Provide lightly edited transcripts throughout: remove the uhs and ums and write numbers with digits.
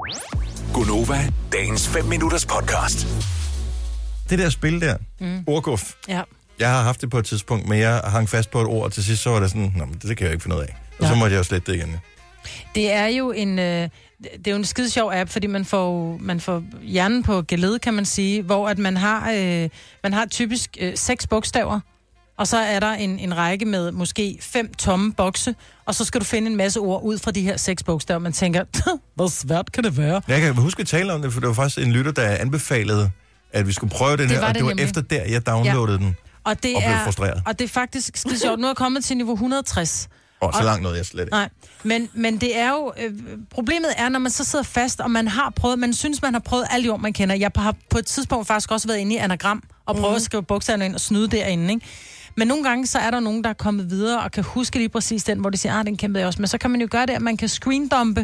Gonova, dagens 5 minutters podcast. Det der spil der, ordguf. Ja. Jeg har haft det på et tidspunkt, men jeg hang fast på et ord, og til sidst så var det sådan, nå, men det kan jeg ikke finde ud af. Og så måtte jeg jo slette det igen. Det er jo en skide sjov app, fordi man får hjernen på gelede, kan man sige, hvor at man har typisk 6 bogstaver, og så er der en række med måske 5 tomme bokse, og så skal du finde en masse ord ud fra de her 6 bogstaver. Man tænker, hvor svært kan det være? Jeg kan huske at tale om det, for det var faktisk en lytter, der anbefalede, at vi skulle prøve den her, og det var efter der, jeg downloadede den. Og blev frustreret. Og det er faktisk skide sjovt. Nu er jeg kommet til niveau 160. Så langt nåede jeg slet ikke. Nej, men det er jo... problemet er, når man så sidder fast, og man synes, man har prøvet alle de ord, man kender. Jeg har på et tidspunkt faktisk også været inde i anagram, og prøvet at skrive bogstaverne ind og snyde derinde, ikke? Men nogle gange, så er der nogen, der er kommet videre, og kan huske lige præcis den, hvor de siger, den kæmpede jeg også. Men så kan man jo gøre det, at man kan screendumpe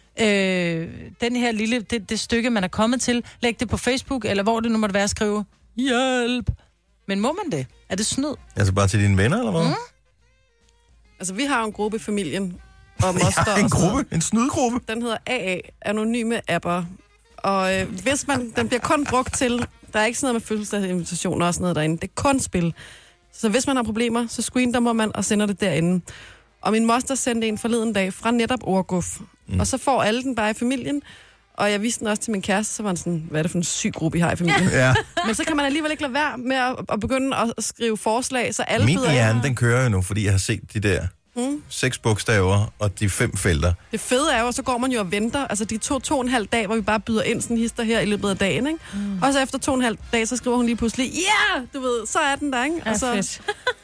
den her lille... Det stykke, man er kommet til. Læg det på Facebook, eller hvor det nu måtte være at skrive, hjælp! Men må man det? Er det snyd? Altså bare til dine venner, eller hvad? Altså, vi har jo en gruppe i familien. Og moster, en gruppe? En snydgruppe? Den hedder AA, Anonyme Apper. Og hvis den bliver kun brugt til... Der er ikke sådan noget med fødselsdagsinvitationer og sådan noget derinde. Det er kun spil. Så hvis man har problemer, så screendumper man og sender det derinde. Og min moster sendte en forleden dag fra netop ordguf. Og så får alle den bare i familien. Og jeg viste den også til min kæreste, så var han sådan, hvad er det for en syg gruppe, I har i familien? Ja. Men så kan man alligevel ikke lade være med at begynde at skrive forslag, så alle min hjerne, den kører jo nu, fordi jeg har set de der 6 bogstaver og de 5 felter. Det fede er jo, så går man jo og venter. Altså de 2,5 dage, hvor vi bare byder ind sådan hister her i løbet af dagen, ikke? Og så efter 2,5 dage, så skriver hun lige pludselig, du ved, så er den der, ikke? Ja, og så... fedt.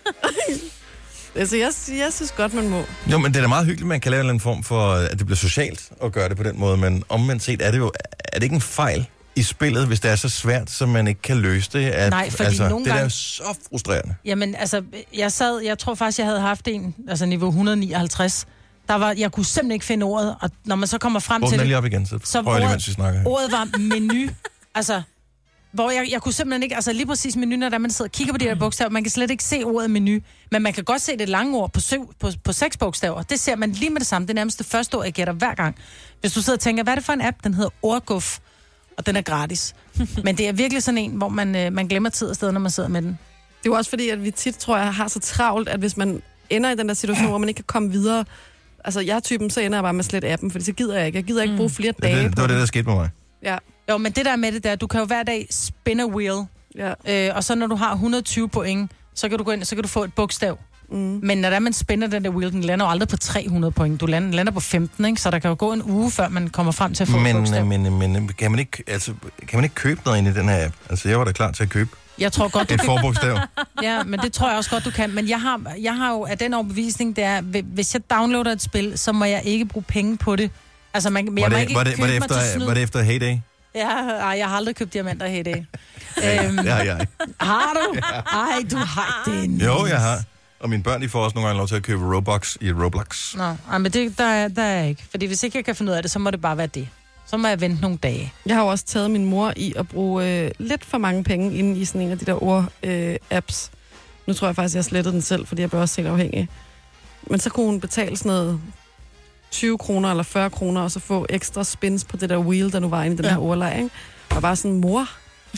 Altså, jeg synes godt, man må. Jo, men det er da meget hyggeligt, man kan lave en eller anden form for, at det bliver socialt at gøre det på den måde, men omvendt set er det ikke en fejl i spillet, hvis det er så svært, så man ikke kan løse det? Nej, fordi nogle det gange... er så frustrerende. Jamen, altså, jeg tror faktisk, jeg havde haft en, altså niveau 159. Jeg kunne simpelthen ikke finde ordet, og når man så kommer frem til det... lige op igen, så prøver jeg lige, mens vi snakker her. Ordet var menu, altså... Hvor jeg kunne simpelthen ikke, altså lige præcis menu, når man sidder og kigger på de her bogstaver, man kan slet ikke se ordet menu, men man kan godt se det lange ord på 6 bogstaver. Det ser man lige med det samme. Det er nærmest det første ord, jeg gætter hver gang. Hvis du sidder og tænker, hvad er det for en app? Den hedder Ordguf, og den er gratis. Men det er virkelig sådan en, hvor man glemmer tid og sted, når man sidder med den. Det er jo også fordi, at vi tit, tror jeg, har så travlt, at hvis man ender i den der situation, hvor man ikke kan komme videre, altså jeg er typen, så ender jeg bare med slet appen, fordi så gider jeg ikke. Jeg gider ikke bruge flere dage det var det, der skete med mig. Ja. Jo, men det der med det der, du kan jo hver dag spin a wheel, og så når du har 120 point, så kan du gå ind, så kan du få et bogstav. Men når man spænder den der wheel, den lander jo aldrig på 300 point. Du lander på 15, ikke? Så der kan jo gå en uge, før man kommer frem til at få et bogstav. Men kan man ikke købe noget ind i den her app? Altså, jeg var da klar til at købe jeg tror godt, et forbogstav. Ja, men det tror jeg også godt, du kan. Men jeg har jo af den overbevisning, det er, hvis jeg downloader et spil, så må jeg ikke bruge penge på det. Altså, jeg må ikke købe mig til snyd. Var det efter Heyday? Ja, jeg har aldrig købt diamanter i Heyday. Ja. Har du? Ej, du har det. Jo, jeg har. Og mine børn, de får også nogle gange lov til at købe Robux i Roblox. Nå, men det der er jeg ikke. Fordi hvis ikke jeg kan finde ud af det, så må det bare være det. Så må jeg vente nogle dage. Jeg har jo også taget min mor i at bruge lidt for mange penge inde i sådan en af de der ord-apps. Nu tror jeg faktisk, jeg har slettet den selv, fordi jeg blev også helt afhængig. Men så kunne hun betale sådan noget 20 kroner eller 40 kroner, og så få ekstra spins på det der wheel, der nu var inde i den her ordleg, ikke? Og bare sådan, mor...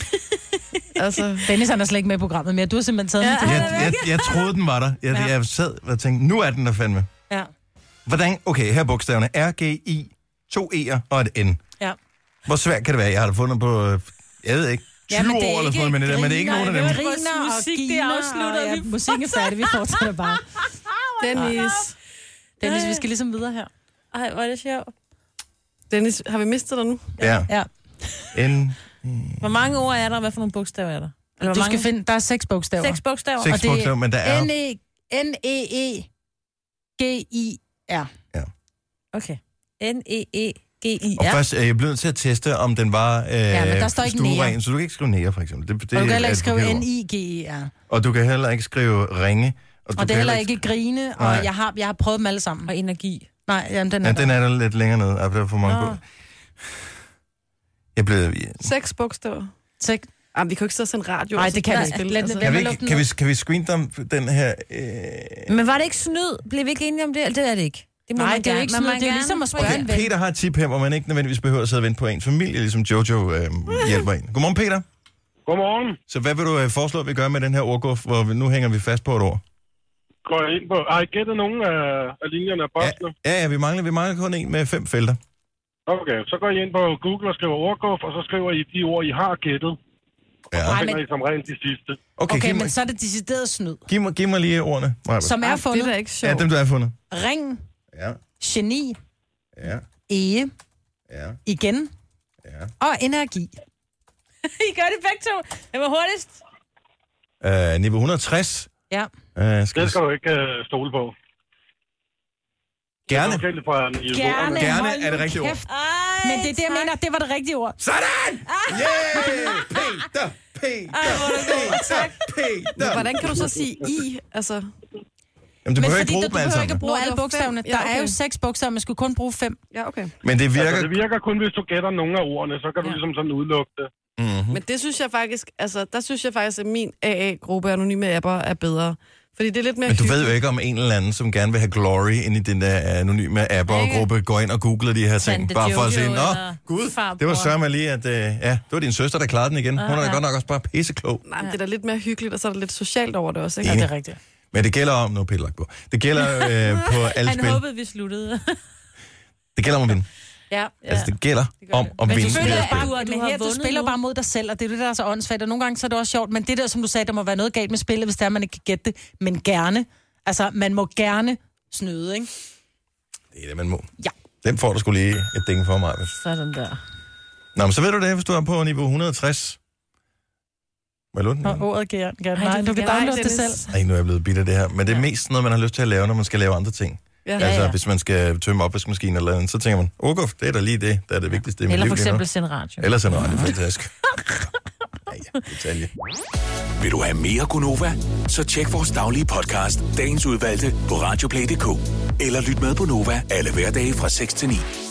altså. Dennis er slet ikke med i programmet mere. Du har simpelthen taget den til. Jeg troede, den var der. Jeg sad og tænkte, nu er den der fandme. Ja. Hvordan? Okay, her er bogstaverne. R-G-I, 2 E'er og et N. Ja. Hvor svært kan det være? Jeg har da fundet på, jeg ved ikke, 20 år eller sådan noget, men det er ikke nogen af dem. Griner og musik, det afslutter. Ja, musikken er færdig, vi fortsætter bare. Dennis, vi skal ligesom videre her. Ej, hvor er det sjovt. Dennis, har vi mistet dig nu? Ja. Hvor mange ord er der, hvad for nogle bogstaver er der? Eller du skal finde, der er 6 bogstaver. 6 bogstaver? 6 bogstaver, men der er... N-E-E-G-I-R. Ja. Okay. N-E-E-G-I-R. Og først er jeg blevet nødt til at teste, om den var men der står ikke stueren, så du kan ikke skrive nære, for eksempel. Og du kan heller ikke skrive N-I-G-I-R. Og du kan heller ikke skrive ringe. Og det er heller ikke grine, og jeg har prøvet dem alle sammen. Og energi. Nej, jamen, den er der lidt længere nede. Der er for mange på. Jeg blev... 6 bogstaver. 6. Vi kan jo ikke sidde sådan en radio. Nej, det kan vi ikke. Kan vi screene den her... Men var det ikke snyd? Blev vi ikke enige om det? Det er det ikke. Det må Nej, man det er jo gerne. ikke Man sådan må noget. Det er jo gerne ligesom at få spørge hjælp. en ven. Peter har et tip her, hvor man ikke nødvendigvis behøver at sidde og vente på en familie, ligesom Jojo hjælper en. Godmorgen, Peter. Godmorgen. Så hvad vil du foreslå, at vi gør med den her ordguf, hvor nu hænger vi fast på et ord? Går jeg ind på... Har I gættet nogen af linjerne af boksene? Ja, vi mangler kun en med 5 felter. Okay, så går I ind på Google og skriver ordguf, og så skriver I de ord, I har gættet. Ja. Så Nej, finder men- I som regel de sidste. Okay, men så er det decideret snyd. Giv mig lige ordene, Maja. Som er Det er fundet. da ikke sjovt. Ja, dem du har fundet. Ring, Ja, geni, ja, ege, ja, igen ja. og energi. I gør det begge to. Det var hurtigst. Niveau 160. Ja. Det skal du ikke stole på. Gerne. Det er forskelligt fra niveauerne. Gerne. Gerne Hold er det nu rigtige ord. kæft. Men det er det, jeg mener, det var det rigtige ord. Sådan! Yeah! Peter! Peter! Hvordan kan du så sige I? Altså, Jamen, du Men behøver fordi ikke bruge du dem behøver alle ikke at sammen. bruge Nå, alle det var bogstaverne. 5. Der Ja, er jo okay. 6 bogstaver, man skulle kun bruge 5. ja, okay. Men det virker... Altså, det virker kun, hvis du gætter nogle af ordene, så kan du ligesom sådan udelukke det. Mm-hmm. Men det synes jeg faktisk, altså, der synes jeg faktisk, at min AA-gruppe anonyme apper er bedre. Fordi det er lidt mere Men du ved jo hyggeligt. ikke, om en eller anden, som gerne vil have glory ind i den der anonyme apper og gruppe, går ind og googler de her ting, Tante bare for at sige, Jojo nå, eller gud, farbror." det var sørme lige, at ja, det var din søster, der klarede den igen. Hun er da godt nok også bare pisseklog. Nej, men det er da lidt mere hyggeligt, og så er der lidt socialt over det også, ikke? Ja, Enig. det er rigtigt. Men det gælder om, nu er Peter lagt på, det gælder på alle Han spil. håbede, vi sluttede. Det gælder om at vinde. Ja. Altså, det gælder om at Men vinde. selvfølgelig det er her spil. det bare, Du men har her, du vundet spiller nu. bare mod dig selv, og det er det, der er så åndssvagt. Og nogle gange så er det også sjovt, men det der, som du sagde, der må være noget galt med spillet, hvis det er, man ikke kan gætte det. Men gerne. Altså, man må gerne snyde, ikke? Det er det, man må. Ja. Den får du skulle lige et ding for mig. Sådan der. Nå, men så ved du det, hvis du er på niveau 160. Må jeg låne den? Og ordet gerne. Nej, du du kan kan- downloade Nej, det selv. Dennis. Ej, nu er jeg blevet bidt af det her. Men det er mest noget, man har lyst til at lave, når man skal lave andre ting. Ja. Altså, hvis man skal tømme opvaskemaskinen eller andet, så tænker man, ordguf, det er da lige det, der er det vigtigste i mit Eller liv for lige nu. eksempel sende radio. Eller sådan noget, det er fantastisk. Ja, detalje. Vil du have mere Gunova? Så tjek vores daglige podcast, dagens udvalgte, på radioplay.dk. Eller lyt med på Nova alle hverdage fra 6 til 9.